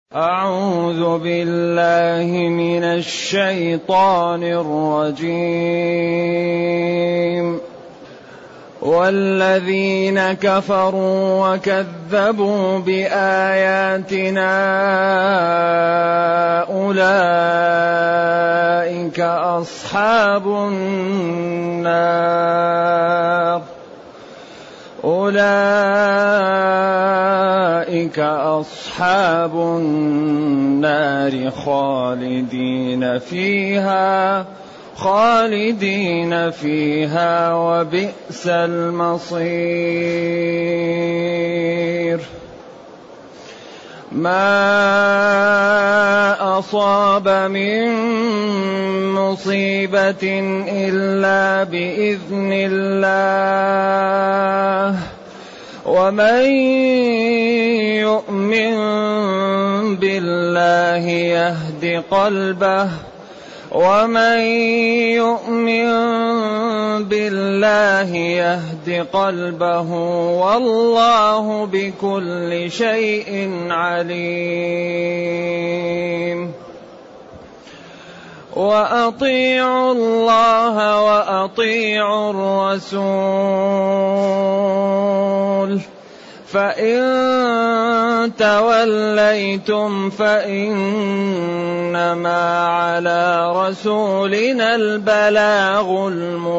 أعوذ بالله من الشيطان الرجيم. والذين كفروا وكذبوا بآياتنا أولئك أصحاب النار خالدين فيها وبئس المصير. ما أصاب من مصيبة إلا بإذن الله، ومن يؤمن بالله يهد قلبه والله بكل شيء عليم. وأطيعوا الله وأطيعوا الرسول، فإن توليتم فإنما على رسولنا البلاغ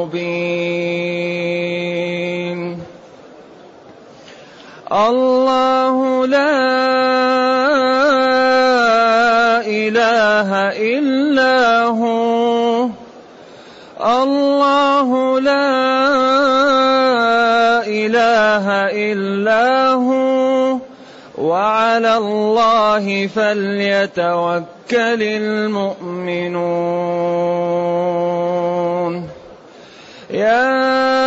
المبين. الله لا إله إلا هو وعلى الله فليتوكل المؤمنون. يا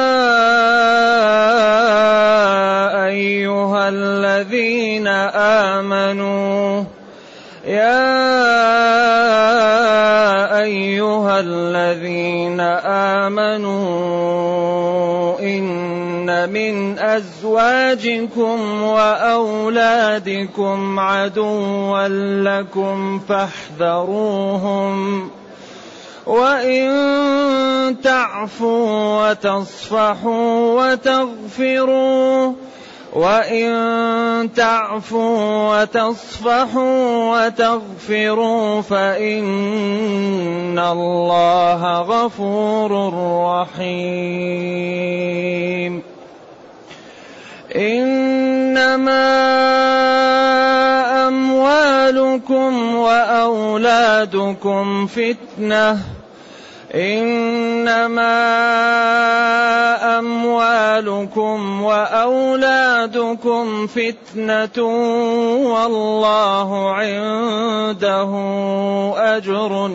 أيها الذين آمنوا إن من أزواجكم وأولادكم عدوا لكم فاحذروهم، وإن تعفوا وتصفحوا وتغفروا فإن الله غفور رحيم. إنما أموالكم وأولادكم فتنة والله عنده أجر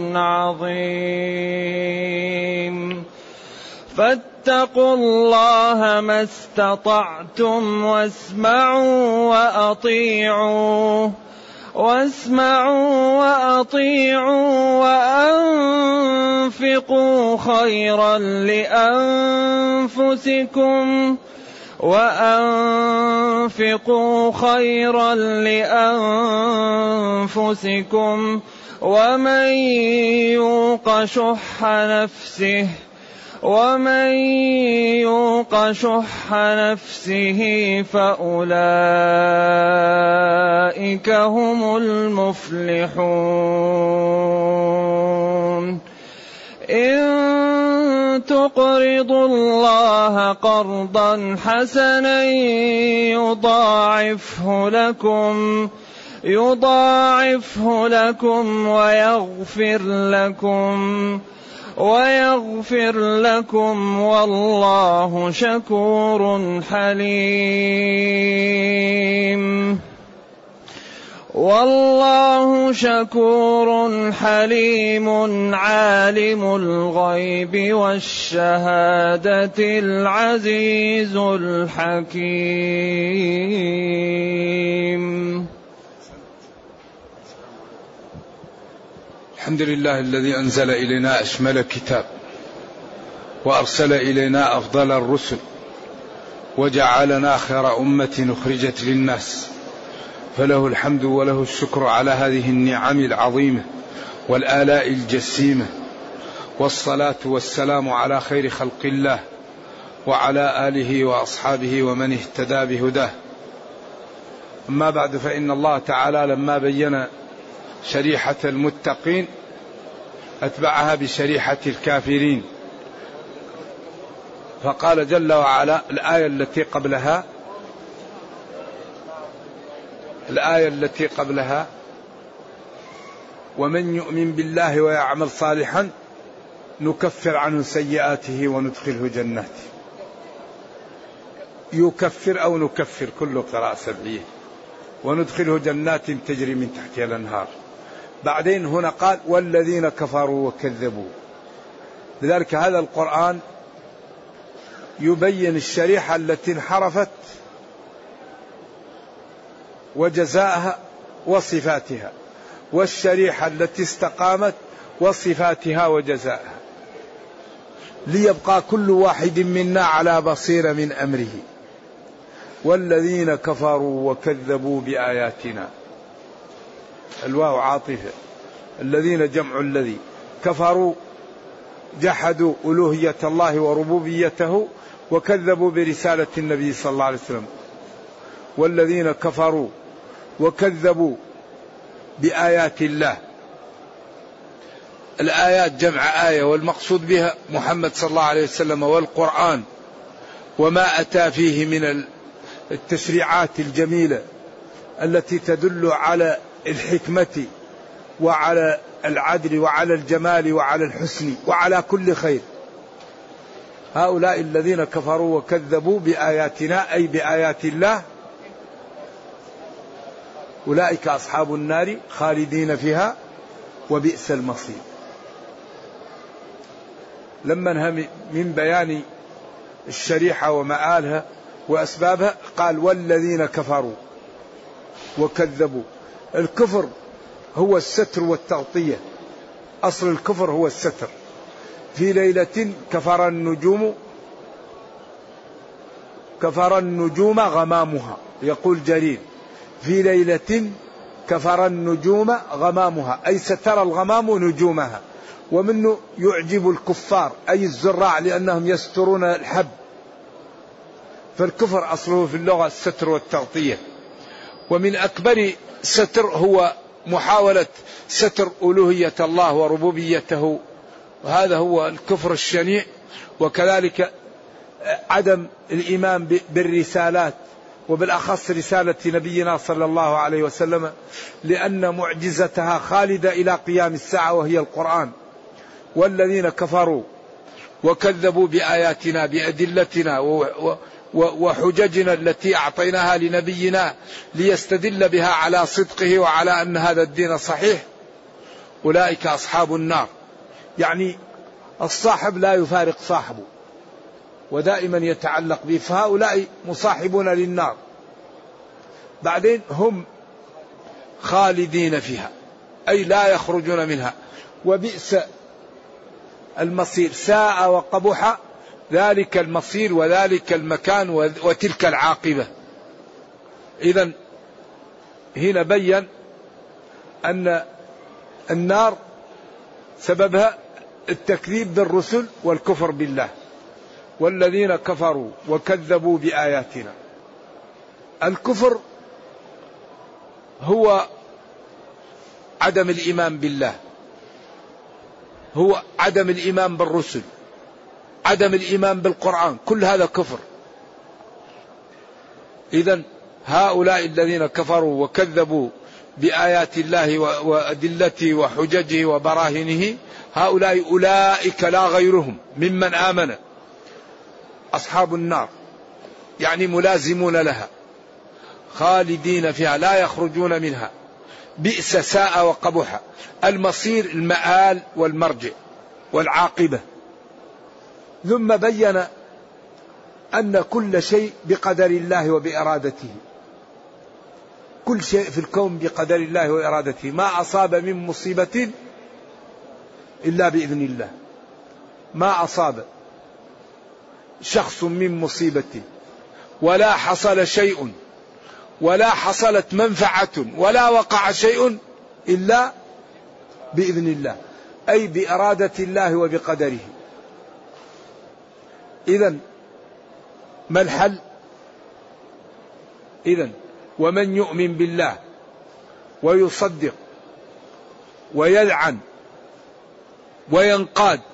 عظيم. فاتقوا الله ما استطعتم واسمعوا وأطيعوا وأنفقوا خيرا لأنفسكم ومن يوق شح نفسه فأولئك هم المفلحون. إن تقرضوا الله قرضا حسنا يضاعفه لكم ويغفر لكم والله شكور حليم. والله شكور حليم عالم الغيب والشهادة العزيز الحكيم. الحمد لله الذي أنزل إلينا أشمل كتاب وأرسل إلينا أفضل الرسل وجعلنا خير أمة أخرجت للناس، فله الحمد وله الشكر على هذه النعم العظيمة والآلاء الجسيمة، والصلاة والسلام على خير خلق الله وعلى آله وأصحابه ومن اهتدى بهداه. أما بعد، فإن الله تعالى لما بين شريحة المتقين أتبعها بشريحة الكافرين، فقال جل وعلا الآية التي قبلها ومن يؤمن بالله ويعمل صالحا نكفر عنه سيئاته وندخله جنات. يكفر أو نكفر، كله قراءة سبعية. وندخله جنات تجري من تحتها الأنهار. بعدين هنا قال والذين كفروا وكذبوا. لذلك هذا القرآن يبين الشريحة التي انحرفت وجزاءها وصفاتها، والشريحة التي استقامت وصفاتها وجزاءها، ليبقى كل واحد منا على بصيرة من أمره. والذين كفروا وكذبوا بآياتنا، الواو عاطفة، الذين جمع الذي، كفروا جحدوا ألوهية الله وربوبيته وكذبوا برسالة النبي صلى الله عليه وسلم. والذين كفروا وكذبوا بآيات الله، الآيات جمع آية، والمقصود بها محمد صلى الله عليه وسلم والقرآن وما أتى فيه من التشريعات الجميلة التي تدل على الحكمة وعلى العدل وعلى الجمال وعلى الحسن وعلى كل خير. هؤلاء الذين كفروا وكذبوا بآياتنا أي بآيات الله أولئك أصحاب النار خالدين فيها وبئس المصير. لما انهى من بيان الشريحة ومآلها وأسبابها قال والذين كفروا وكذبوا. الكفر هو الستر والتغطية، أصل الكفر هو الستر. في ليلة كفر النجوم غمامها، يقول جرير في ليلة كفر النجوم غمامها، أي ستر الغمام نجومها. ومنه يعجب الكفار أي الزراع لأنهم يسترون الحب. فالكفر أصله في اللغة الستر والتغطية. ومن أكبر ستر هو محاولة ستر ألوهية الله وربوبيته، وهذا هو الكفر الشنيع. وكذلك عدم الإيمان بالرسالات، وبالأخص رسالة نبينا صلى الله عليه وسلم، لأن معجزتها خالدة إلى قيام الساعة وهي القرآن. والذين كفروا وكذبوا بآياتنا بأدلتنا وحججنا التي أعطيناها لنبينا ليستدل بها على صدقه وعلى أن هذا الدين صحيح، أولئك أصحاب النار. يعني الصاحب لا يفارق صاحبه ودائما يتعلق به، فهؤلاء مصاحبون للنار. بعدين هم خالدين فيها أي لا يخرجون منها. وبئس المصير، ساء وقبح ذلك المصير وذلك المكان وتلك العاقبة. إذن هنا بين أن النار سببها التكذيب بالرسل والكفر بالله. والذين كفروا وكذبوا بآياتنا، الكفر هو عدم الإيمان بالله، هو عدم الإيمان بالرسل، عدم الإيمان بالقرآن، كل هذا كفر. إذن هؤلاء الذين كفروا وكذبوا بآيات الله وأدلته وحججه وبراهنه، هؤلاء أولئك لا غيرهم ممن آمن أصحاب النار، يعني ملازمون لها خالدين فيها لا يخرجون منها. بئس ساء وقبح، المصير المآل والمرجع والعاقبة. ثم بين أن كل شيء بقدر الله وبإرادته، كل شيء في الكون بقدر الله وإرادته، ما أصاب من مصيبة إلا بإذن الله، ما أصاب شخص من مصيبة ولا حصل شيء ولا حصلت منفعة ولا وقع شيء إلا بإذن الله، أي بإرادة الله وبقدره. إذن ما الحل؟ إذن ومن يؤمن بالله ويصدق ويلعن وينقاد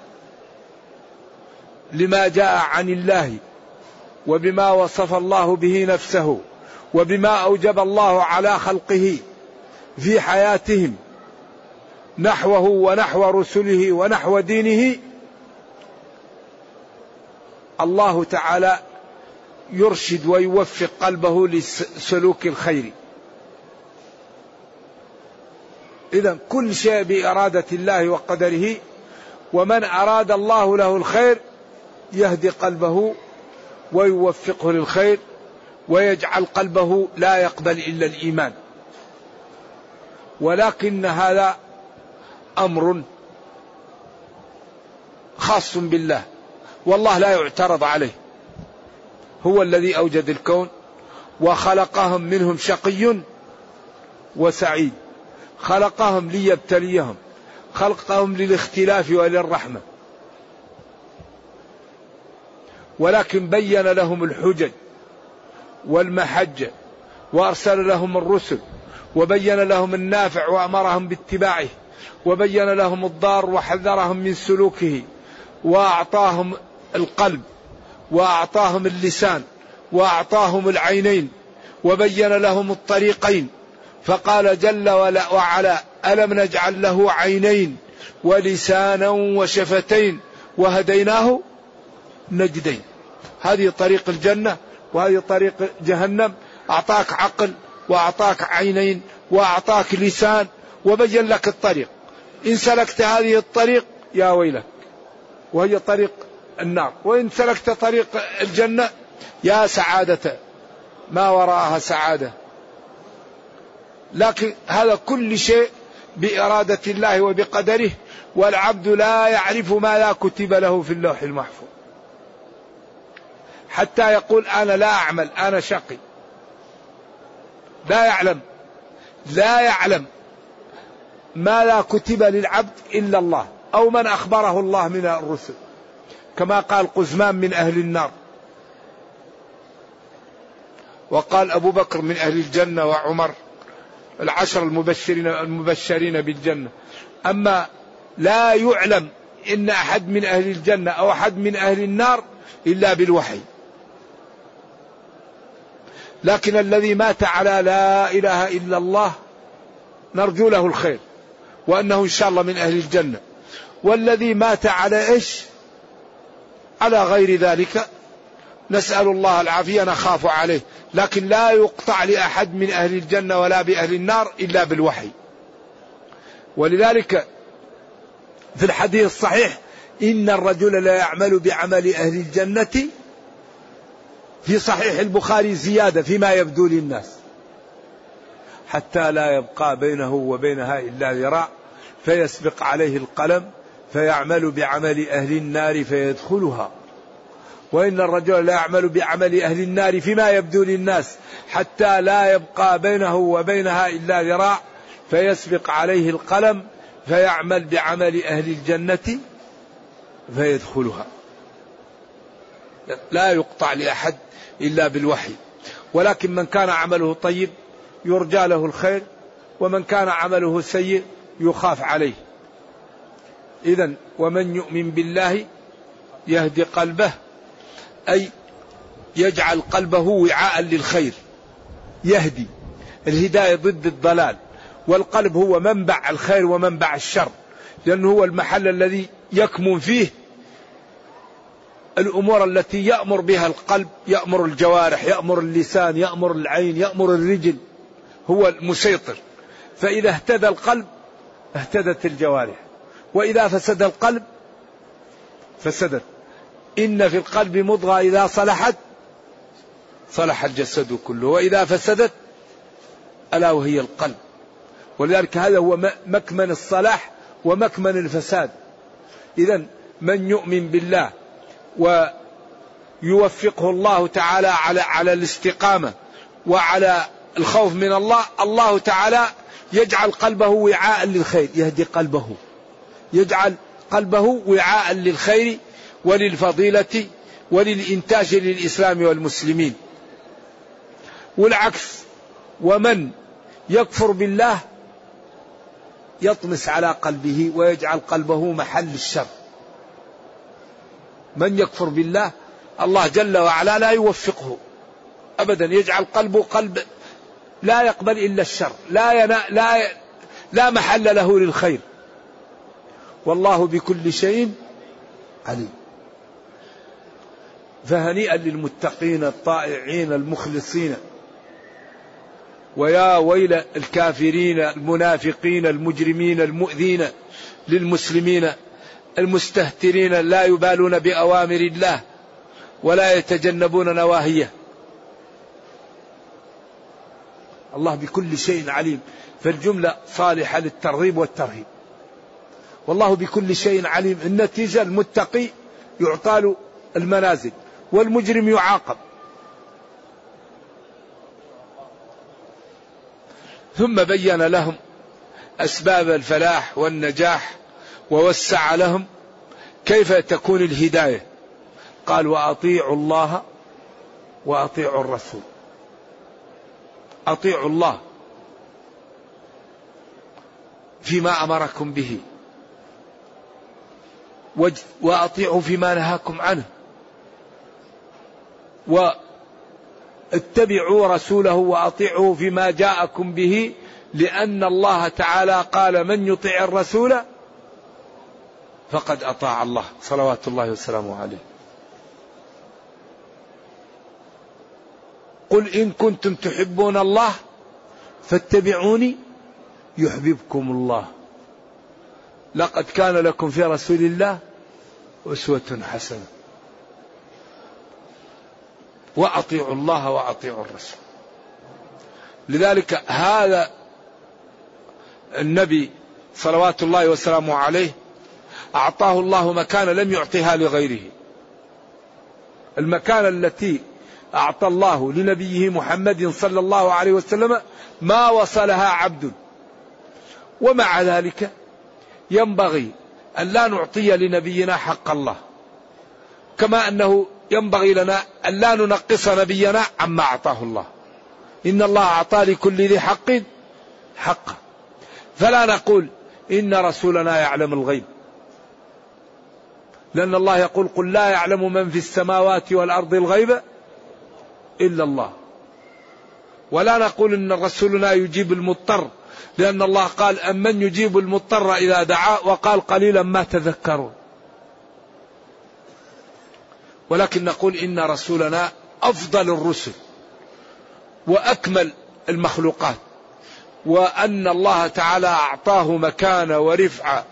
لما جاء عن الله وبما وصف الله به نفسه وبما أوجب الله على خلقه في حياتهم نحوه ونحو رسله ونحو دينه، الله تعالى يرشد ويوفق قلبه لسلوك الخير. إذن كل شيء بإرادة الله وقدره، ومن أراد الله له الخير يهدي قلبه ويوفقه للخير ويجعل قلبه لا يقبل إلا الإيمان. ولكن هذا أمر خاص بالله، والله لا يعترض عليه، هو الذي أوجد الكون وخلقهم منهم شقي وسعيد، خلقهم ليبتليهم، خلقهم للاختلاف وللرحمة، ولكن بين لهم الحجج والمحجة وأرسل لهم الرسل وبين لهم النافع وأمرهم باتباعه، وبين لهم الضار وحذرهم من سلوكه، وأعطاهم القلب وأعطاهم اللسان وأعطاهم العينين وبين لهم الطريقين، فقال جل وعلا ألم نجعل له عينين ولسانا وشفتين وهديناه نجدين. هذه طريق الجنة وهذه طريق جهنم. أعطاك عقل وأعطاك عينين وأعطاك لسان وبين لك الطريق، إن سلكت هذه الطريق يا ويلك وهي طريق النار، وإن سلكت طريق الجنة يا سعادة ما وراءها سعادة. لكن هذا كل شيء بإرادة الله وبقدره، والعبد لا يعرف ما لا كتب له في اللوح المحفوظ، حتى يقول أنا لا أعمل أنا شقي، لا يعلم ما لا كتب للعبد إلا الله أو من أخبره الله من الرسل، كما قال قزمان من أهل النار، وقال أبو بكر من أهل الجنة، وعمر العشر المبشرين بالجنة. أما لا يعلم إن أحد من أهل الجنة أو أحد من أهل النار إلا بالوحي. لكن الذي مات على لا إله إلا الله نرجو له الخير وأنه إن شاء الله من أهل الجنة، والذي مات على إيش؟ على غير ذلك نسأل الله العافية نخاف عليه، لكن لا يقطع لأحد من أهل الجنة ولا بأهل النار إلا بالوحي. ولذلك في الحديث الصحيح إن الرجل لا يعمل بعمل أهل الجنة، في صحيح البخاري زيادة فيما يبدو للناس، حتى لا يبقى بينه وبينها إلا ذراع فيسبق عليه القلم فيعمل بعمل أهل النار فيدخلها. وإن الرجل لا يعمل بعمل أهل النار فيما يبدو للناس حتى لا يبقى بينه وبينها إلا ذراع فيسبق عليه القلم فيعمل بعمل أهل الجنة فيدخلها. لا يقطع لأحد إلا بالوحي. ولكن من كان عمله طيب يرجى له الخير، ومن كان عمله سيء يخاف عليه. إذن ومن يؤمن بالله يهدي قلبه، أي يجعل قلبه وعاء للخير، يهدي. الهداية ضد الضلال، والقلب هو منبع الخير ومنبع الشر، لأنه هو المحل الذي يكمن فيه الأمور التي يأمر بها القلب، يأمر الجوارح، يأمر اللسان، يأمر العين، يأمر الرجل، هو المسيطر. فإذا اهتدى القلب اهتدت الجوارح، وإذا فسد القلب فسدت. إن في القلب مضغة إذا صلحت صلح الجسد كله، وإذا فسدت ألا وهي القلب. ولذلك هذا هو مكمن الصلاح ومكمن الفساد. إذن من يؤمن بالله ويوفقه الله تعالى على الاستقامة وعلى الخوف من الله، الله تعالى يجعل قلبه وعاء للخير، يهدي قلبه، يجعل قلبه وعاء للخير وللفضيلة وللإنتاج للإسلام والمسلمين. والعكس، ومن يكفر بالله يطمس على قلبه ويجعل قلبه محل الشر. من يكفر بالله الله جل وعلا لا يوفقه أبدا، يجعل قلبه قلب لا يقبل إلا الشر، لا محل له للخير. والله بكل شيء عليم. فهنيئا للمتقين الطائعين المخلصين، ويا ويل الكافرين المنافقين المجرمين المؤذين للمسلمين المستهترين لا يبالون بأوامر الله ولا يتجنبون نواهيه. الله بكل شيء عليم، فالجملة صالحة للترغيب والترهيب. والله بكل شيء عليم، النتيجة المتقي يعطى له المنازل والمجرم يعاقب. ثم بين لهم أسباب الفلاح والنجاح ووسع لهم كيف تكون الهداية. قال وأطيعوا الله وأطيعوا الرسول. أطيعوا الله فيما أمركم به، وأطيعوا فيما نهاكم عنه، واتبعوا رسوله وأطيعوا فيما جاءكم به، لأن الله تعالى قال من يطيع الرسول فقد أطاع الله صلوات الله وسلامه عليه. قل إن كنتم تحبون الله فاتبعوني يحببكم الله، لقد كان لكم في رسول الله أسوة حسنة. وأطيعوا الله وأطيعوا الرسول. لذلك هذا النبي صلوات الله وسلامه عليه أعطاه الله مكانة لم يعطيها لغيره. المكانة التي أعطى الله لنبيه محمد صلى الله عليه وسلم ما وصلها عبد. ومع ذلك ينبغي أن لا نعطي لنبينا حق الله، كما أنه ينبغي لنا أن لا ننقص نبينا عما أعطاه الله. إن الله أعطى لكل ذي حق حقه، فلا نقول إن رسولنا يعلم الغيب، لأن الله يقول قل لا يعلم من في السماوات والأرض الغيب إلا الله. ولا نقول إن رسولنا يجيب المضطر، لأن الله قال أمن يجيب المضطر إذا دعا، وقال قليلا ما تذكرون. ولكن نقول إن رسولنا أفضل الرسل وأكمل المخلوقات، وأن الله تعالى أعطاه مكانة ورفعة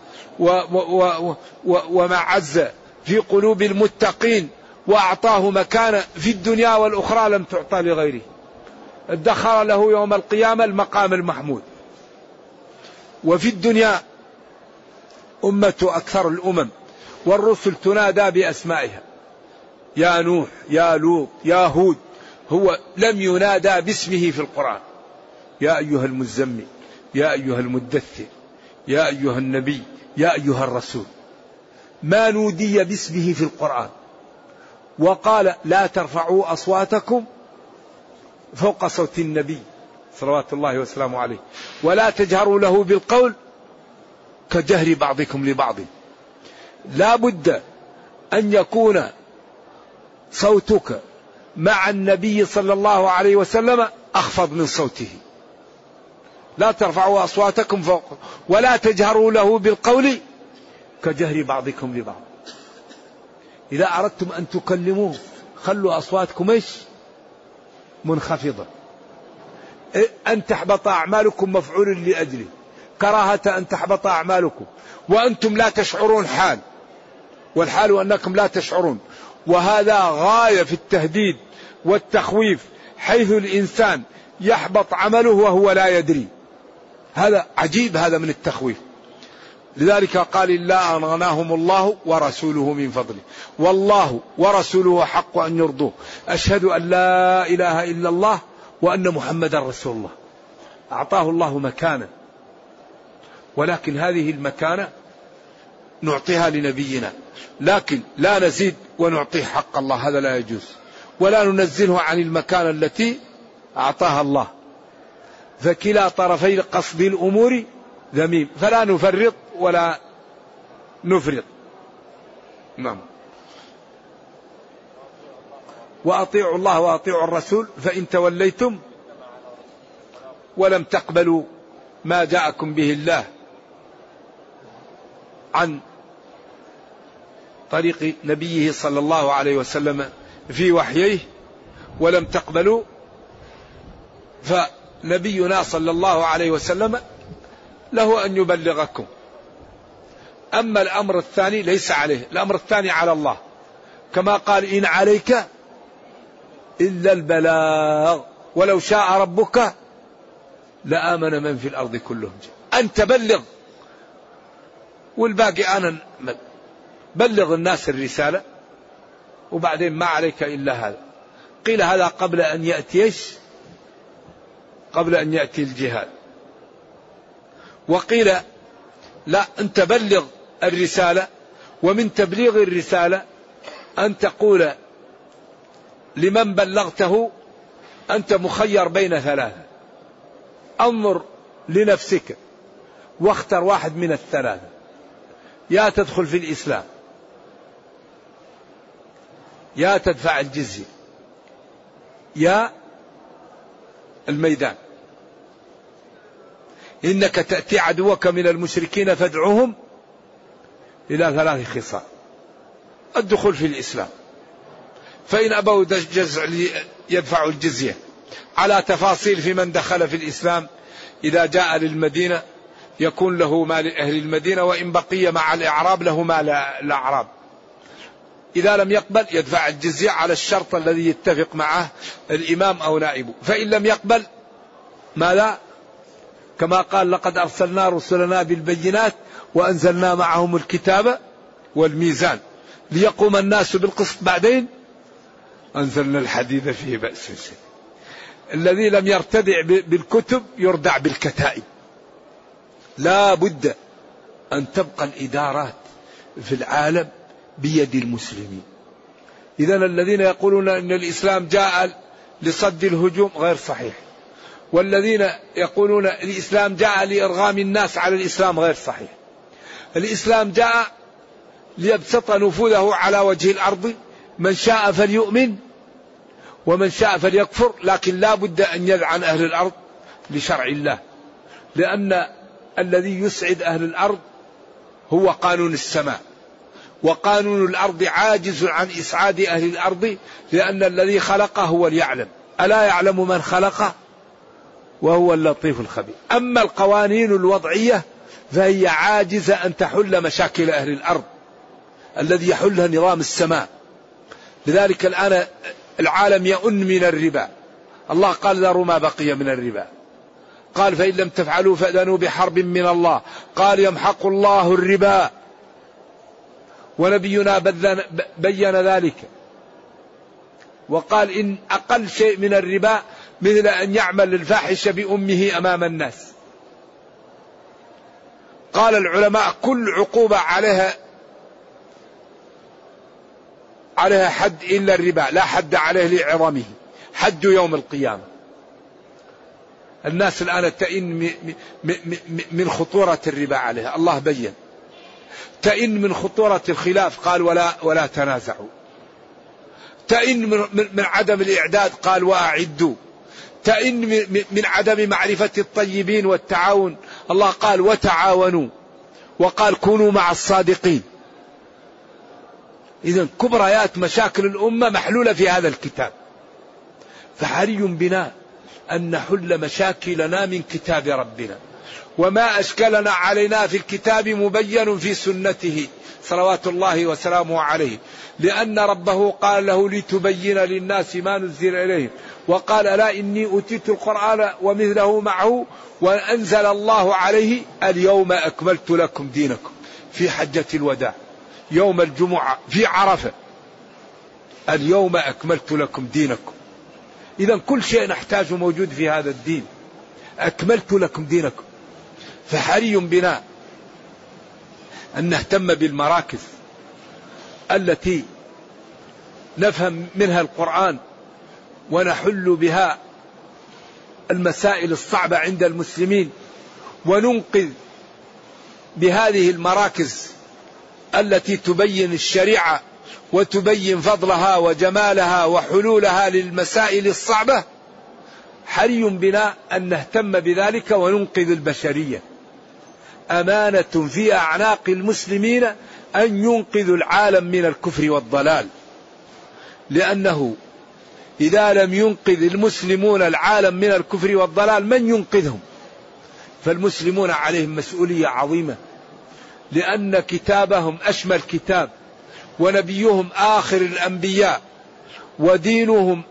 ومعزة في قلوب المتقين، وأعطاه مكانة في الدنيا والأخرى لم تعطى لغيره. ادخر له يوم القيامة المقام المحمود. وفي الدنيا أمة أكثر الأمم، والرسل تنادى بأسمائها، يا نوح يا لوط يا هود. هو لم ينادى باسمه في القرآن، يا أيها المزمل يا أيها المدثر يا أيها النبي يا أيها الرسول. ما نودي باسمه في القرآن. وقال لا ترفعوا أصواتكم فوق صوت النبي صلوات الله وسلامه عليه، ولا تجهروا له بالقول كجهر بعضكم لبعض. لا بد أن يكون صوتك مع النبي صلى الله عليه وسلم أخفض من صوته. لا ترفعوا أصواتكم فوق، ولا تجهروا له بالقول كجهر بعضكم لبعض. إذا أردتم أن تكلموه خلوا أصواتكم إيش؟ منخفضة. أن تحبط أعمالكم مفعول لأجله، كراهة أن تحبط أعمالكم وأنتم لا تشعرون حال، والحال أنكم لا تشعرون. وهذا غاية في التهديد والتخويف، حيث الإنسان يحبط عمله وهو لا يدري. هذا عجيب، هذا من التخويف. لذلك قال إلا أن أغناهم الله ورسوله من فضله، والله ورسوله حق أن يرضوه. أشهد أن لا إله إلا الله وأن محمدا رسول الله. أعطاه الله مكانة، ولكن هذه المكانة نعطيها لنبينا، لكن لا نزيد ونعطيه حق الله، هذا لا يجوز، ولا ننزله عن المكانة التي أعطاها الله. فكلا طرفي قصد الأمور ذميم، فلا نفرط ولا نفرط. نعم. وأطيعوا الله وأطيعوا الرسول فإن توليتم ولم تقبلوا ما جاءكم به الله عن طريق نبيه صلى الله عليه وسلم في وحيه، ولم تقبلوا، فنبينا صلى الله عليه وسلم له أن يبلغكم. أما الأمر الثاني ليس عليه، الأمر الثاني على الله، كما قال إن عليك إلا البلاغ ولو شاء ربك لآمن من في الأرض كلهم جميعا. أن تبلغ، والباقي أنا بلغ الناس الرسالة، وبعدين ما عليك إلا هذا. قيل هذا قبل أن يأتي قبل أن يأتي الجهاد، وقيل لا، أنت بلغ الرسالة، ومن تبليغ الرسالة أن تقول لمن بلغته أنت مخير بين ثلاثة، انظر لنفسك واختر واحد من الثلاثة، يا تدخل في الإسلام، يا تدفع الجزية، يا الميدان. إنك تأتي عدوك من المشركين فادعوهم إلى 3 خصال: الدخول في الإسلام، فإن أبوا يدفعوا الجزية، على تفاصيل في من دخل في الإسلام. إذا جاء للمدينة يكون له مال أهل المدينة، وإن بقي مع الإعراب له مال الأعراب. إذا لم يقبل يدفع الجزية على الشرط الذي يتفق معه الإمام أو نائبه، فإن لم يقبل ماذا؟ كما قال لقد أرسلنا رسلنا بالبينات وأنزلنا معهم الكتاب والميزان ليقوم الناس بالقسط، بعدين أنزلنا الحديد فيه بأس شديد. الذي لم يرتدع بالكتب يردع بالكتائب. لا بد أن تبقى الإدارات في العالم بيد المسلمين. إذا الذين يقولون أن الإسلام جاء لصد الهجوم غير صحيح، والذين يقولون الإسلام جاء لإرغام الناس على الإسلام غير صحيح. الإسلام جاء ليبسط نفوذه على وجه الأرض، من شاء فليؤمن ومن شاء فليكفر، لكن لا بد أن يذعن أهل الأرض لشرع الله، لأن الذي يسعد أهل الأرض هو قانون السماء، وقانون الأرض عاجز عن إسعاد أهل الأرض، لأن الذي خلقه هو يعلم. ألا يعلم من خلقه وهو اللطيف الخبير. أما القوانين الوضعية فهي عاجزة أن تحل مشاكل أهل الأرض الذي يحلها نظام السماء. لذلك الآن العالم يئن من الربا، الله قال ذروا ما بقي من الربا، قال فإن لم تفعلوا فأذنوا بحرب من الله، قال يمحق الله الربا، ونبينا بين ذلك، وقال إن أقل شيء من الربا مثل أن يعمل الفاحش بأمه أمام الناس. قال العلماء كل عقوبة عليها حد إلا الربا، لا حد عليه لعظمه، حد يوم القيامة. الناس الآن تئن من خطورة الربا عليها، الله بين. تئن من خطورة الخلاف، قال ولا تنازعوا. تئن من عدم الإعداد، قال وأعدوا. تئن من عدم معرفة الطيبين والتعاون، الله قال وتعاونوا، وقال كونوا مع الصادقين. إذن كبريات مشاكل الأمة محلولة في هذا الكتاب، فحري بنا أن نحل مشاكلنا من كتاب ربنا، وما أشكلنا علينا في الكتاب مبين في سنته صلوات الله وسلامه عليه، لأن ربه قال له لتبين للناس ما نزل إليهم، وقال ألا إني أوتيت القرآن ومثله معه، وأنزل الله عليه اليوم أكملت لكم دينكم في حجة الوداع، يوم الجمعة في عرفة، اليوم أكملت لكم دينكم. إذا كل شيء نحتاجه موجود في هذا الدين. أكملت لكم دينكم. فحري بنا أن نهتم بالمراكز التي نفهم منها القرآن ونحل بها المسائل الصعبة عند المسلمين، وننقذ بهذه المراكز التي تبين الشريعة وتبين فضلها وجمالها وحلولها للمسائل الصعبة. حري بنا أن نهتم بذلك وننقذ البشرية. أمانة في أعناق المسلمين أن ينقذوا العالم من الكفر والضلال، لأنه إذا لم ينقذ المسلمون العالم من الكفر والضلال من ينقذهم؟ فالمسلمون عليهم مسؤولية عظيمة، لأن كتابهم أشمل كتاب، ونبيهم آخر الأنبياء، ودينهم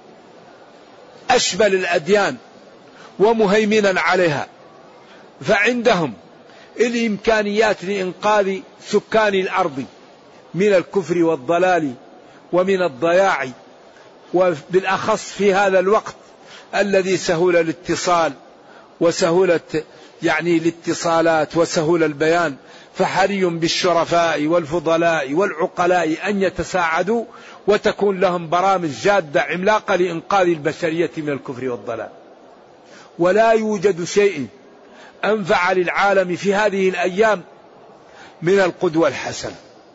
أشمل الأديان ومهيمنا عليها، فعندهم الإمكانيات لإنقاذ سكان الأرض من الكفر والضلال ومن الضياع، وبالأخص في هذا الوقت الذي سهول الاتصال وسهولة الاتصالات وسهول البيان. فحري بالشرفاء والفضلاء والعقلاء أن يتساعدوا وتكون لهم برامج جادة عملاقة لإنقاذ البشرية من الكفر والضلال. ولا يوجد شيء أنفع للعالم في هذه الأيام من القدوة الحسنة،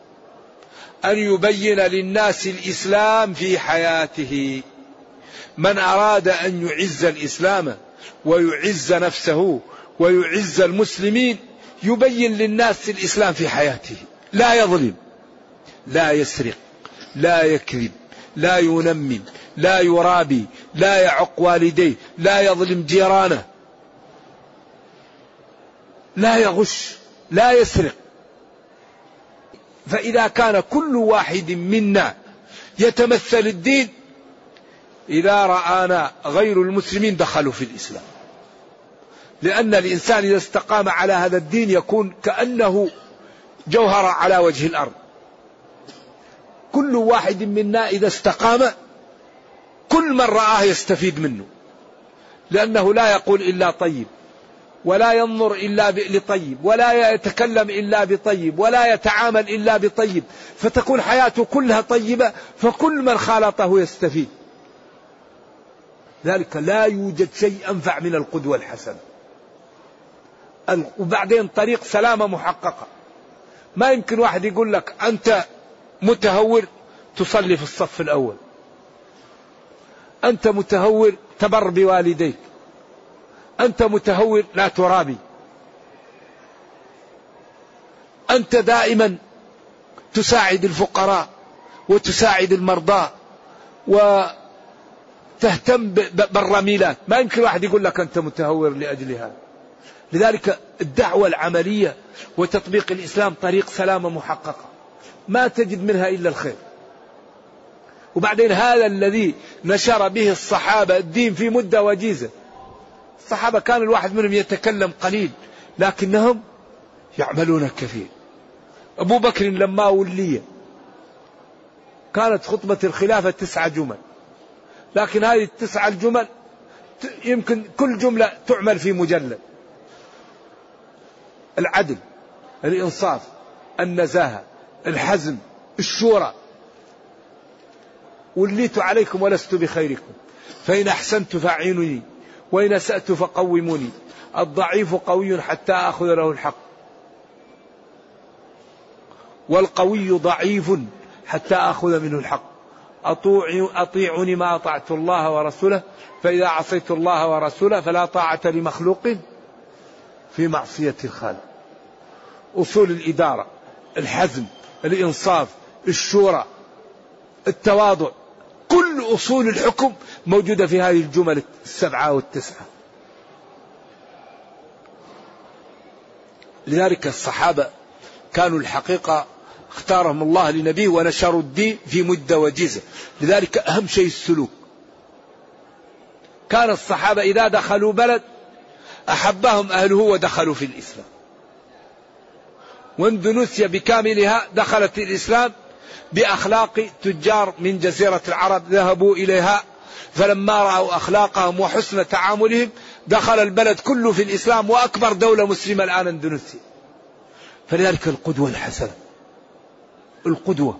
أن يبين للناس الإسلام في حياته. من أراد أن يعز الإسلام ويعز نفسه ويعز المسلمين يبين للناس الإسلام في حياته، لا يظلم، لا يسرق، لا يكذب، لا ينمم، لا يرابي، لا يعق والديه، لا يظلم جيرانه، لا يغش، لا يسرق. فإذا كان كل واحد منا يتمثل الدين، إذا رآنا غير المسلمين دخلوا في الإسلام، لأن الإنسان إذا استقام على هذا الدين يكون كأنه جوهر على وجه الأرض. كل واحد منا إذا استقام كل من رآه يستفيد منه، لأنه لا يقول إلا طيب، ولا ينظر إلا لطيب، ولا يتكلم إلا بطيب، ولا يتعامل إلا بطيب، فتكون حياته كلها طيبة، فكل من خالطه يستفيد. ذلك لا يوجد شيء أنفع من القدوة الحسنة. وبعدين طريق سلامة محققة. ما يمكن واحد يقول لك أنت متهور تصلي في الصف الأول، أنت متهور تبر بوالديك، أنت متهور لا ترابي، أنت دائما تساعد الفقراء وتساعد المرضى وتهتم بالرميلات. ما يمكن واحد يقول لك أنت متهور لأجل هذا. لذلك الدعوة العملية وتطبيق الإسلام طريق سلامة محققة ما تجد منها إلا الخير. وبعدين هذا الذي نشر به الصحابة الدين في مدة وجيزة. الصحابة كان الواحد منهم يتكلم قليل لكنهم يعملون كثير. أبو بكر لما ولي كانت خطبة الخلافة 9 جمل، لكن هذه 9 الجمل يمكن كل جملة تعمل في مجلد. العدل، الإنصاف، النزاهة، الحزم، الشورى. وليت عليكم ولست بخيركم، فإن أحسنت فأعينني وإن أسأت فقوموني، الضعيف قوي حتى أخذ له الحق، والقوي ضعيف حتى أخذ منه الحق. أطيعوني ما أطعت الله ورسوله، فإذا عصيت الله ورسوله فلا طاعة لمخلوق في معصية الخالق. أصول الإدارة، الحزم، الإنصاف، الشورى، التواضع، كل أصول الحكم موجودة في هذه الجمل 7 و9. لذلك الصحابة كانوا الحقيقة اختارهم الله لنبيه ونشروا الدين في مدة وجيزة. لذلك أهم شيء السلوك. كان الصحابة إذا دخلوا بلد أحبهم أهله ودخلوا في الإسلام. واندونيسيا بكاملها دخلت الإسلام بأخلاق تجار من جزيرة العرب ذهبوا إليها فلما رأوا أخلاقهم وحسن تعاملهم دخل البلد كله في الإسلام، وأكبر دولة مسلمة الآن اندونيسيا. فلذلك القدوة الحسنة، القدوة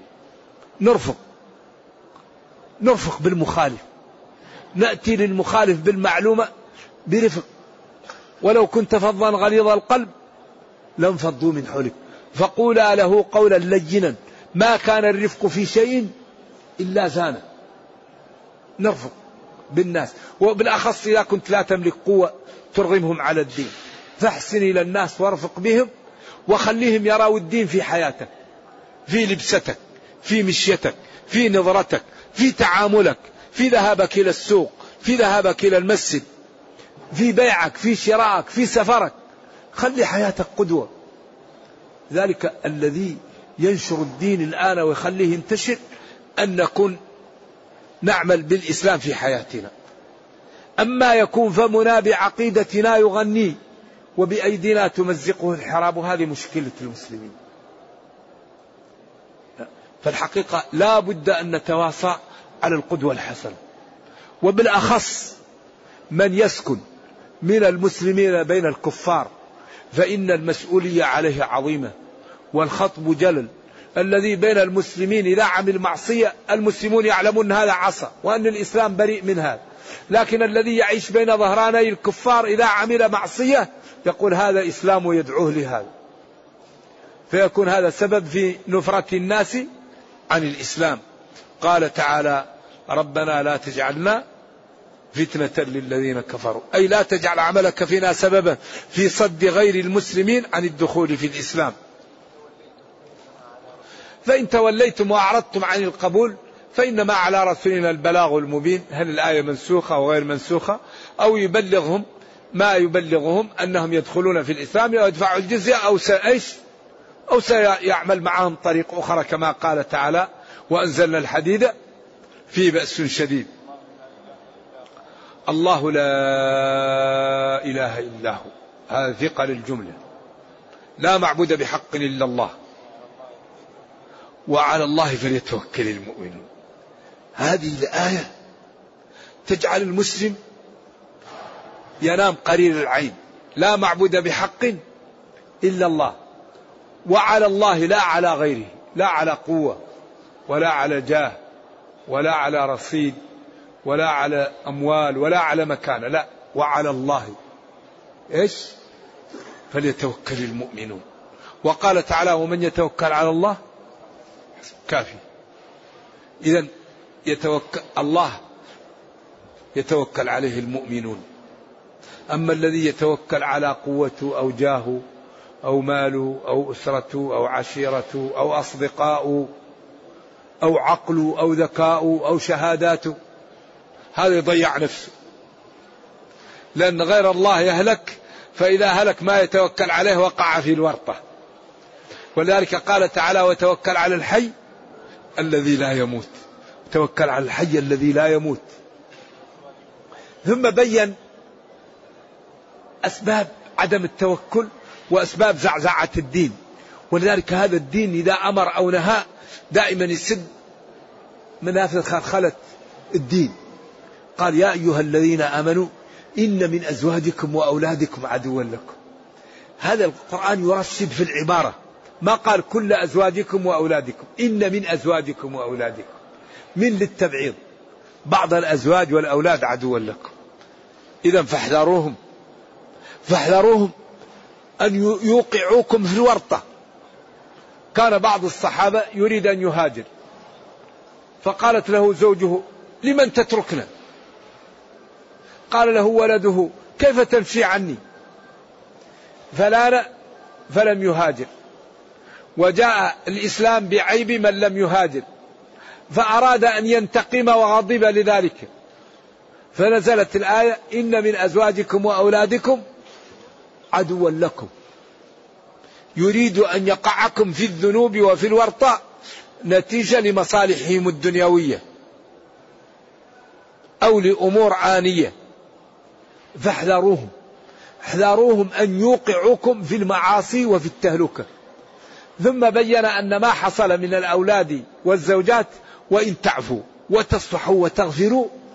نرفق بالمخالف، نأتي للمخالف بالمعلومة برفق، ولو كنت فظا غليظ القلب لانفضوا من حولك فقولا له قولا لينا ما كان الرفق في شيء إلا زانه. نرفق بالناس، وبالأخص إذا كنت لا تملك قوة ترغمهم على الدين، فاحسن إلى الناس وارفق بهم، وخليهم يروا الدين في حياتك، في لبستك، في مشيتك، في نظرتك، في تعاملك، في ذهابك إلى السوق، في ذهابك إلى المسجد، في بيعك، في شرائك، في سفرك. خلي حياتك قدوة. ذلك الذي ينشر الدين الآن ويخليه ينتشر أن نكون نعمل بالإسلام في حياتنا. أما يكون فمنا بعقيدتنا يغني وبأيدينا تمزقه الحراب، هذه مشكلة المسلمين. فالحقيقة لا بد أن نتواصى على القدوة الحسنة، وبالأخص من يسكن من المسلمين بين الكفار فإن المسؤولية عليه عظيمة والخطب جلل. الذي بين المسلمين إذا عمل معصية المسلمون يعلمون هذا عصى وأن الإسلام بريء من هذا، لكن الذي يعيش بين ظهراني الكفار إذا عمل معصية يقول هذا إسلام ويدعوه لهذا، فيكون هذا سبب في نفرة الناس عن الإسلام. قال تعالى ربنا لا تجعلنا فتنة للذين كفروا، أي لا تجعل عملك فينا سببا في صد غير المسلمين عن الدخول في الإسلام. فإن توليتم وأعرضتم عن القبول فإنما على رسولنا البلاغ المبين. هل الآية منسوخة أو غير منسوخة، أو يبلغهم ما يبلغهم أنهم يدخلون في الإسلام ويدفعوا الجزية، أو سيعمل معهم طريق أخرى كما قال تعالى وأنزلنا الحديد فيه بأس شديد. الله لا إله إلا هو، هذا ثقل الجملة، لا معبود بحق إلا الله، وعلى الله فليتوكل المؤمنون. هذه الآية تجعل المسلم ينام قرير العين، لا معبود بحق إلا الله، وعلى الله لا على غيره، لا على قوة ولا على جاه ولا على رصيد ولا على أموال ولا على مكانة، لا، وعلى الله إيش؟ فليتوكل المؤمنون. وقال تعالى ومن يتوكل على الله كافي. إذن الله يتوكل عليه المؤمنون. أما الذي يتوكل على قوته أو جاهه أو ماله أو أسرته أو عشيرته أو أصدقاؤه أو عقله أو ذكاؤه أو شهاداته، هذا يضيع نفسه، لأن غير الله يهلك، فإذا هلك ما يتوكل عليه وقع في الورطة. ولذلك قال تعالى وتوكل على الحي الذي لا يموت، توكل على الحي الذي لا يموت. ثم بين أسباب عدم التوكل وأسباب زعزعة الدين. ولذلك هذا الدين إذا أمر أو نهى دائما يسد منافذ خلخلة الدين. قال يا أيها الذين آمنوا إن من أزواجكم وأولادكم عدوا لكم. هذا القرآن يرشد في العبارة، ما قال كل أزواجكم وأولادكم، إن من أزواجكم وأولادكم، من للتبعيض، بعض الأزواج والأولاد عدوا لكم. إذا فاحذروهم أن يوقعوكم في الورطة. كان بعض الصحابة يريد أن يهاجر، فقالت له زوجه لمن تتركنا؟ قال له ولده كيف تمشي عني؟ فلم يهاجر. وجاء الإسلام بعيب من لم يهاجر، فأراد أن ينتقم وغضب لذلك، فنزلت الآية إن من أزواجكم وأولادكم عدوا لكم، يريد أن يقعكم في الذنوب وفي الورطة نتيجة لمصالحهم الدنيوية أو لأمور آنية. احذروهم أن يوقعوكم في المعاصي وفي التهلكة. ثم بين أن ما حصل من الأولاد والزوجات وإن تعفوا وتصفحوا وتغفروا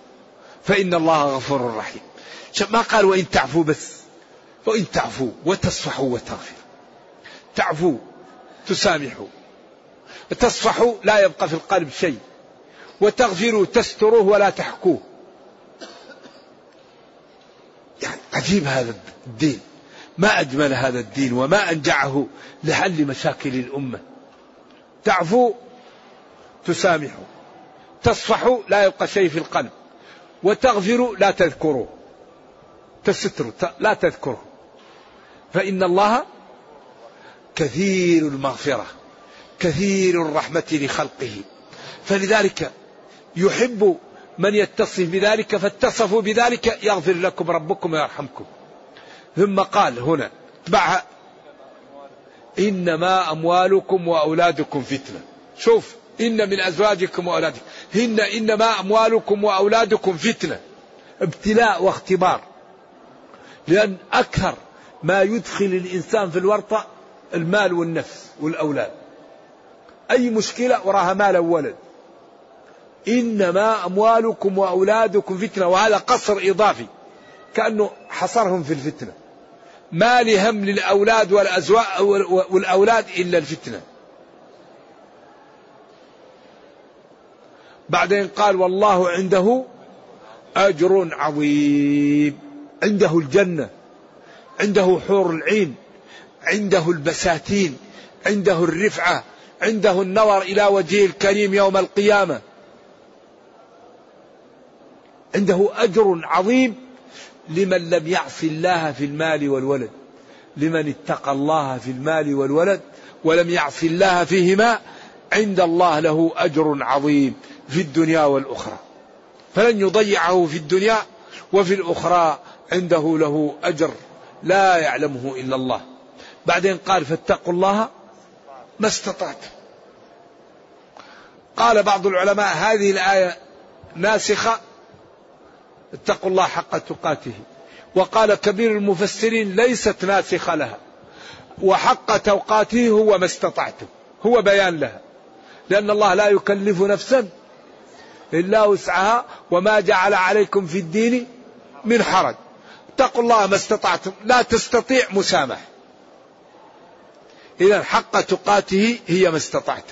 فإن الله غفور رحيم. ما قال وإن تعفوا بس، وإن تعفوا وتصفحوا وتغفروا. تعفوا تسامحوا، تصفحوا لا يبقى في القلب شيء، وتغفروا تستروه ولا تحكوه. يعني عجيب هذا الدين، ما أجمل هذا الدين وما أنجعه لحل مشاكل الأمة. تعفوا تسامحوا، تصفحوا لا يبقى شيء في القلب، وتغفروا لا تذكروا، تستروا لا تذكروا. فإن الله كثير المغفرة كثير الرحمة لخلقه، فلذلك يحب من يتصف بذلك، فاتصفوا بذلك يغفر لكم ربكم ويرحمكم. ثم قال هنا اتبعها إنما أموالكم وأولادكم فتنة. شوف، إن من أزواجكم وأولادكم، إنما أموالكم وأولادكم فتنة، ابتلاء واختبار. لأن أكثر ما يدخل الإنسان في الورطة المال والنفس والأولاد. أي مشكلة وراها مال وولد. إنما أموالكم وأولادكم فتنة، وهذا قصر إضافي كأنه حصرهم في الفتنة. ما لهم للأولاد والأولاد إلا الفتنة. بعدين قال والله عنده أجر عظيم، عنده الجنة، عنده حور العين، عنده البساتين، عنده الرفعة، عنده النظر إلى وجهه الكريم يوم القيامة، عنده أجر عظيم لمن لم يعص الله في المال والولد. لمن اتقى الله في المال والولد ولم يعص الله فيهما عند الله له أجر عظيم في الدنيا والأخرى، فلن يضيعه في الدنيا، وفي الأخرى عنده له أجر لا يعلمه إلا الله. بعدين قال فاتقوا الله ما استطعتم. قال بعض العلماء هذه الآية ناسخة، اتقوا الله حق تقاته. وقال كبير المفسرين ليست ناسخة لها، وحق توقاته هو ما استطعتم، هو بيان لها، لأن الله لا يكلف نفسا إلا وسعها وما جعل عليكم في الدين من حرج. اتقوا الله ما استطعتم، لا تستطيع مسامح، إذا حق تقاته هي ما استطعتم.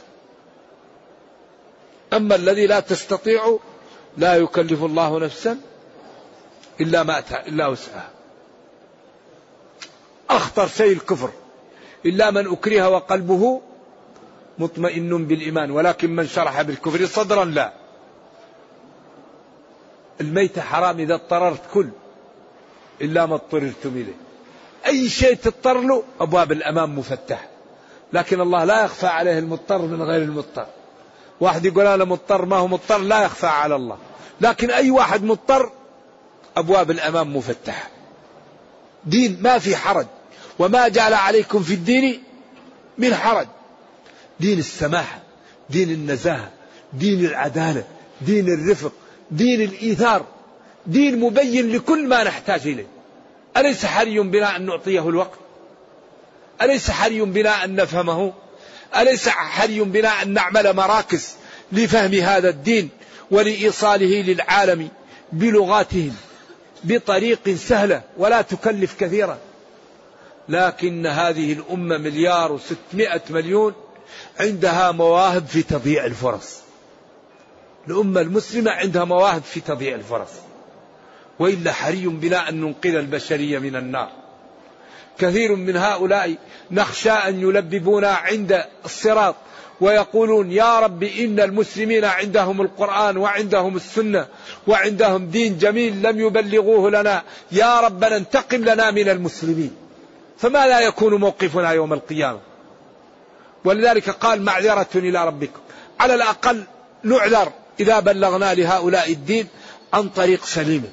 أما الذي لا تستطيع لا يكلف الله نفسا إلا ما أتى إلا وسعها. أخطر شيء الكفر، إلا من أكره وقلبه مطمئن بالإيمان، ولكن من شرح بالكفر صدرا لا. الميت حرام إذا اضطررت كل إلا ما اضطررتم إليه. أي شيء تضطر له أبواب الأمام مفتحة، لكن الله لا يخفى عليه المضطر من غير المضطر. واحد يقول أنا مضطر ما هو مضطر، لا يخفى على الله، لكن أي واحد مضطر أبواب الأمام مفتحة. دين ما في حرج، وما جعل عليكم في الدين من حرج. دين السماحة، دين النزاهة، دين العدالة، دين الرفق، دين الإيثار، دين مبين لكل ما نحتاج إليه. أليس حري بنا أن نعطيه الوقت؟ أليس حري بنا أن نفهمه؟ أليس حري بنا أن نعمل مراكز لفهم هذا الدين ولإيصاله للعالم بلغاتهم بطريق سهلة ولا تكلف كثيرا؟ لكن هذه الأمة 1,600,000,000 عندها مواهب في تضييع الفرص. الأمة المسلمة عندها مواهب في تضييع الفرص، وإلا حري بنا أن ننقذ البشرية من النار. كثير من هؤلاء نخشى أن يلببونا عند الصراط ويقولون يا رب إن المسلمين عندهم القرآن وعندهم السنة وعندهم دين جميل لم يبلغوه لنا، يا ربنا انتقم لنا من المسلمين. فما لا يكون موقفنا يوم القيامة؟ ولذلك قال معذرة إلى ربكم، على الأقل نعذر إذا بلغنا لهؤلاء الدين عن طريق سليمة.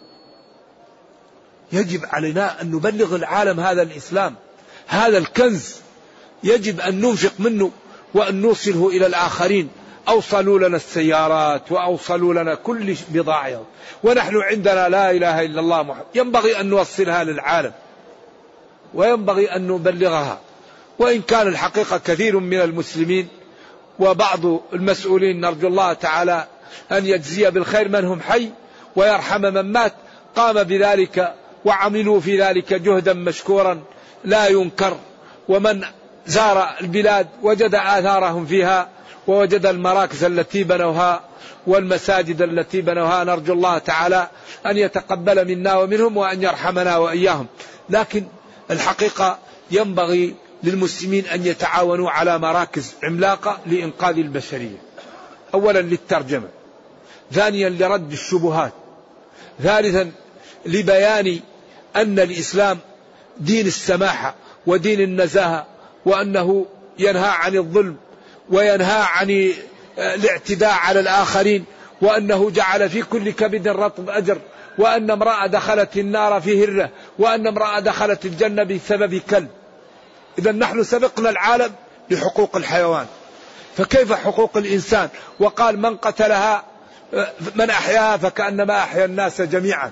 يجب علينا أن نبلغ العالم هذا الإسلام، هذا الكنز يجب أن ننفق منه وأن نوصله إلى الآخرين. أوصلوا لنا السيارات وأوصلوا لنا كل بضاعة، ونحن عندنا لا إله إلا الله محمد. ينبغي أن نوصلها للعالم وينبغي أن نبلغها. وإن كان الحقيقة كثير من المسلمين وبعض المسؤولين نرجو الله تعالى أن يجزي بالخير من هم حي ويرحم من مات قام بذلك وعملوا في ذلك جهدا مشكورا لا ينكر. ومن زار البلاد وجد آثارهم فيها ووجد المراكز التي بنوها والمساجد التي بنوها. نرجو الله تعالى أن يتقبل منا ومنهم وأن يرحمنا وإياهم. لكن الحقيقة ينبغي للمسلمين أن يتعاونوا على مراكز عملاقة لإنقاذ البشرية. أولا للترجمة، ثانيا لرد الشبهات، ثالثا لبيان أن الإسلام دين السماحة ودين النزاهة، وأنه ينهى عن الظلم وينهى عن الاعتداء على الآخرين، وأنه جعل في كل كبد رطب أجر، وأن امرأة دخلت النار في هرة، وأن امرأة دخلت الجنة بسبب كلب. إذا نحن سبقنا العالم لحقوق الحيوان، فكيف حقوق الإنسان؟ وقال من قتلها من أحياها فكأنما أحيا الناس جميعا.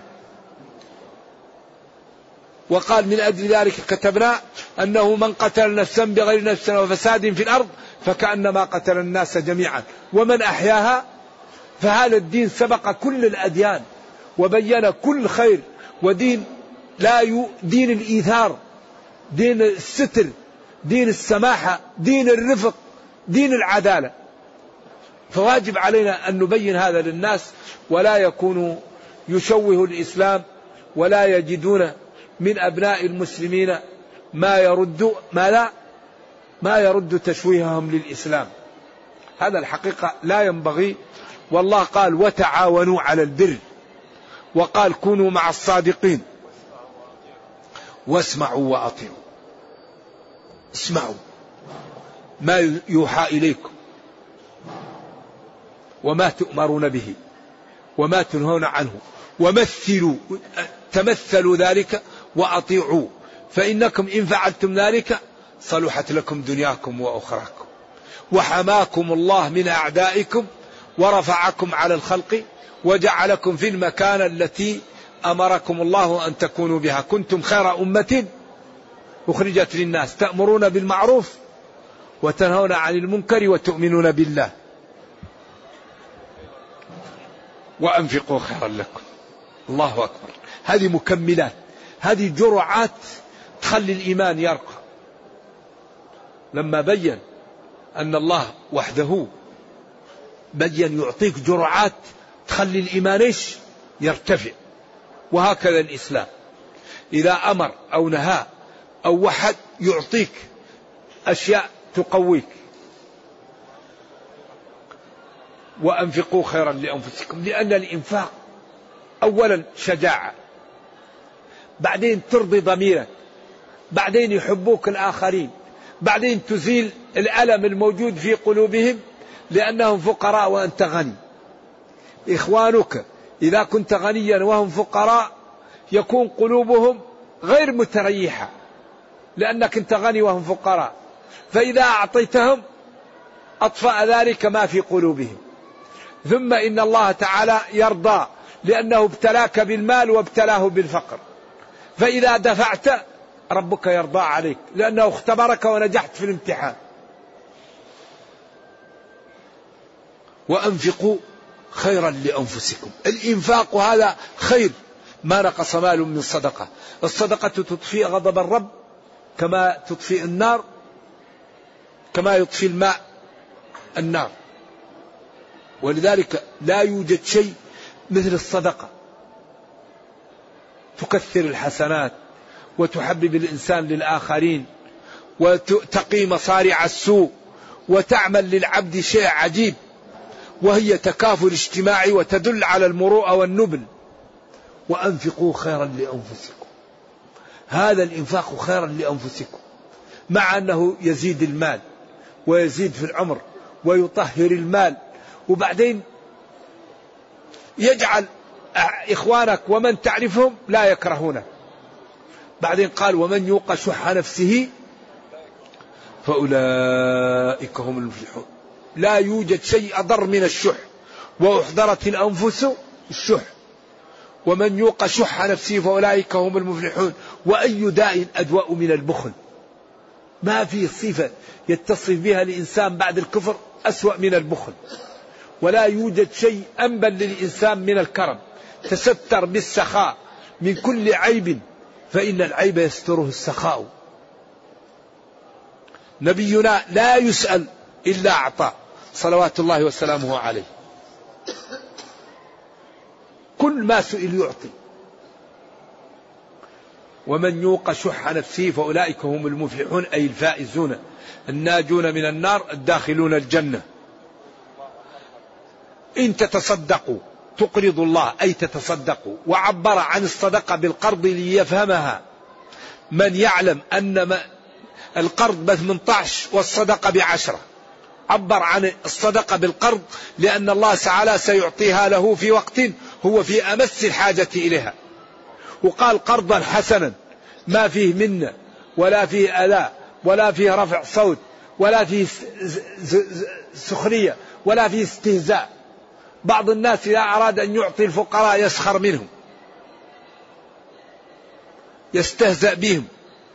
وقال من أجل ذلك كتبنا أنه من قتل نفسا بغير نفس وفساد في الأرض فكأنما قتل الناس جميعا. ومن أحياها، فهذا الدين سبق كل الأديان وبين كل خير، ودين دين الإيثار، دين الستر، دين السماحة، دين الرفق، دين العدالة. فواجب علينا أن نبين هذا للناس، ولا يكون يشوه الإسلام ولا يجدون من أبناء المسلمين ما يرد تشويههم للإسلام. هذا الحقيقة لا ينبغي. والله قال وتعاونوا على البر، وقال كونوا مع الصادقين، واسمعوا وأطيعوا. اسمعوا ما يوحى إليكم وما تؤمرون به وما تنهون عنه، ومثلوا تمثلوا ذلك وأطيعوا، فإنكم إن فعلتم ذلك صلحت لكم دنياكم وأخراكم، وحماكم الله من أعدائكم، ورفعكم على الخلق، وجعلكم في المكان التي أمركم الله أن تكونوا بها. كنتم خير أمة أخرجت للناس تأمرون بالمعروف وتنهون عن المنكر وتؤمنون بالله. وأنفقوا خيرا لكم. الله أكبر. هذه مكملات، هذه جرعات تخلي الإيمان يرقى. لما بين أن الله وحده بين يعطيك جرعات تخلي الإيمان يرتفع. وهكذا الإسلام إذا أمر أو نهى أو وحد يعطيك أشياء تقويك. وأنفقوا خيرا لأنفسكم، لأن الإنفاق أولا شجاعة، بعدين ترضي ضميرك، بعدين يحبوك الآخرين، بعدين تزيل الألم الموجود في قلوبهم لأنهم فقراء وأنت غني. إخوانك إذا كنت غنيا وهم فقراء يكون قلوبهم غير متريحة لأنك أنت غني وهم فقراء، فإذا أعطيتهم أطفأ ذلك ما في قلوبهم. ثم إن الله تعالى يرضى لأنه ابتلاك بالمال وابتلاه بالفقر، فإذا دفعت ربك يرضى عليك لأنه اختبرك ونجحت في الامتحان. وأنفقوا خيرا لأنفسكم. الإنفاق هذا خير، ما نقص مال من صدقة. الصدقة تطفئ غضب الرب كما تطفئ النار، كما يطفئ الماء النار. ولذلك لا يوجد شيء مثل الصدقة، تكثر الحسنات وتحبب الإنسان للآخرين وتقي مصارع السوء وتعمل للعبد شيء عجيب، وهي تكافل اجتماعي وتدل على المروءة والنبل. وأنفقوا خيرا لأنفسكم. هذا الإنفاق خيرا لأنفسكم، مع أنه يزيد المال ويزيد في العمر ويطهر المال، وبعدين يجعل إخوانك ومن تعرفهم لا يكرهونك. بعدين قال ومن يوق شح نفسه فأولئك هم المفلحون. لا يوجد شيء أضر من الشح، وأحضرت الأنفس الشح. ومن يوق شح نفسه فأولئك هم المفلحون. وأي داء أدواء من البخل. ما في صفة يتصف بها الإنسان بعد الكفر أسوأ من البخل، ولا يوجد شيء أنبل للإنسان من الكرم. تستر بالسخاء من كل عيب فإن العيب يستره السخاء. نبينا لا يسأل إلا أعطى صلوات الله وسلامه عليه، كل ما سئل يعطي. ومن يوق شح نفسه فأولئك هم المفلحون، أي الفائزون الناجون من النار الداخلون الجنة. إن تتصدقوا تقرضوا الله، أي تتصدقوا. وعبر عن الصدقة بالقرض ليفهمها من يعلم أن القرض ب18 والصدقة ب10. عبر عن الصدقة بالقرض لأن الله تعالى سيعطيها له في وقت هو في أمس الحاجة إليها. وقال قرضا حسنا ما فيه منة ولا فيه أذى ولا فيه رفع صوت ولا فيه سخرية ولا فيه استهزاء. بعض الناس إذا أراد أن يعطي الفقراء يسخر منهم، يستهزأ بهم.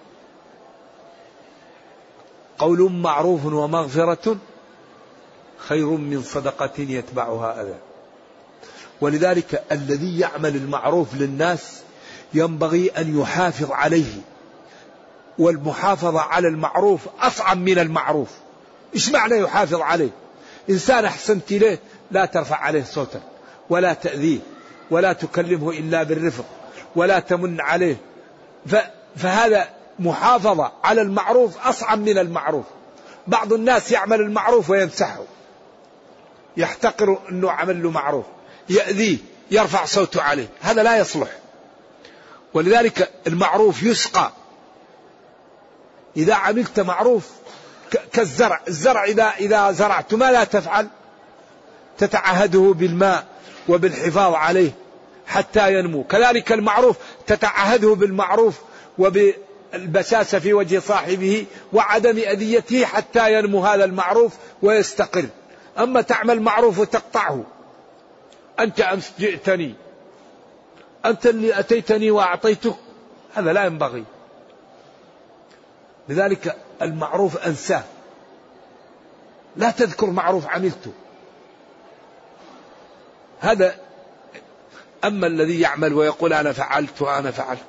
قول معروف ومغفرة خير من صدقة يتبعها أذى. ولذلك الذي يعمل المعروف للناس ينبغي أن يحافظ عليه، والمحافظة على المعروف أصعب من المعروف. إيش معنى يحافظ عليه؟ إنسان أحسنت إليه لا ترفع عليه صوتا ولا تأذيه ولا تكلمه إلا بالرفق ولا تمن عليه. فهذا محافظة على المعروف أصعب من المعروف. بعض الناس يعمل المعروف ويمسحه، يحتقر أنه عمل له معروف، يأذيه، يرفع صوته عليه، هذا لا يصلح. ولذلك المعروف يسقى. إذا عملت معروف كالزرع، الزرع إذا زرعت ما لا تفعل، تتعهده بالماء وبالحفاظ عليه حتى ينمو. كذلك المعروف تتعهده بالمعروف وبالبساسة في وجه صاحبه وعدم أذيته حتى ينمو هذا المعروف ويستقر. أما تعمل معروف وتقطعه، أنت أمس جئتني، أنت اللي أتيتني وأعطيتك، هذا لا ينبغي. لذلك المعروف أنساه، لا تذكر معروف عملته. هذا. أما الذي يعمل ويقول أنا فعلت وأنا فعلت،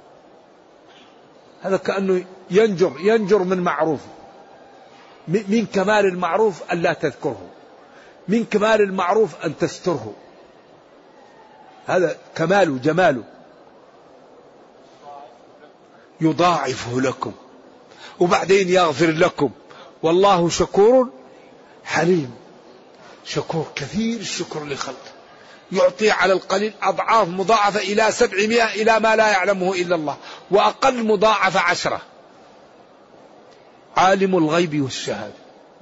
هذا كأنه ينجر من معروف. من كمال المعروف أن لا تذكره، من كمال المعروف أن تستره، هذا كماله جماله. يضاعفه لكم وبعدين يغفر لكم والله شكور حليم. شكور كثير الشكر لخلقه، يعطي على القليل أضعاف مضاعفة إلى 700 إلى ما لا يعلمه إلا الله، وأقل مضاعفة 10. عالم الغيب والشهادة،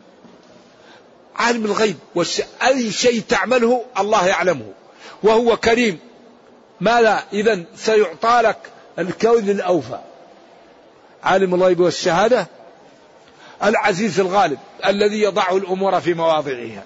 عالم الغيب أي شيء تعمله الله يعلمه وهو كريم. ماذا إذن سيعطى لك الكون الأوفى. عالم الغيب والشهادة العزيز الغالب الذي يضع الأمور في مواضعها.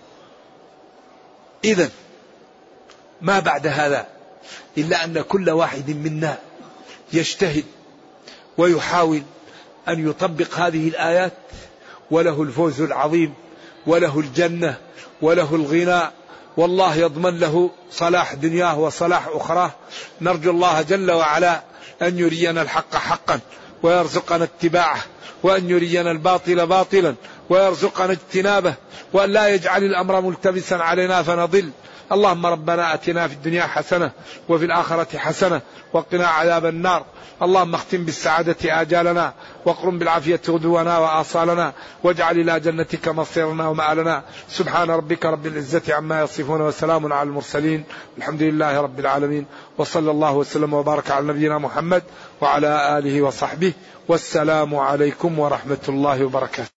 إذن ما بعد هذا إلا أن كل واحد منا يجتهد ويحاول أن يطبق هذه الآيات، وله الفوز العظيم وله الجنة وله الغنى، والله يضمن له صلاح دنياه وصلاح أخراه. نرجو الله جل وعلا أن يرينا الحق حقا ويرزقنا اتباعه، وأن يرينا الباطل باطلا ويرزقنا اجتنابه، وأن لا يجعل الأمر ملتبسا علينا فنضل. اللهم ربنا أتنا في الدنيا حسنة وفي الآخرة حسنة وقنا عذاب النار. اللهم اختم بالسعادة آجالنا واقرم بالعافية غدونا وآصالنا، واجعل إلى جنتك مصيرنا ومآلنا. سبحان ربك رب العزة عما يصفون وسلام على المرسلين، الحمد لله رب العالمين، وصلى الله وسلم وبارك على نبينا محمد وعلى آله وصحبه، والسلام عليكم ورحمة الله وبركاته.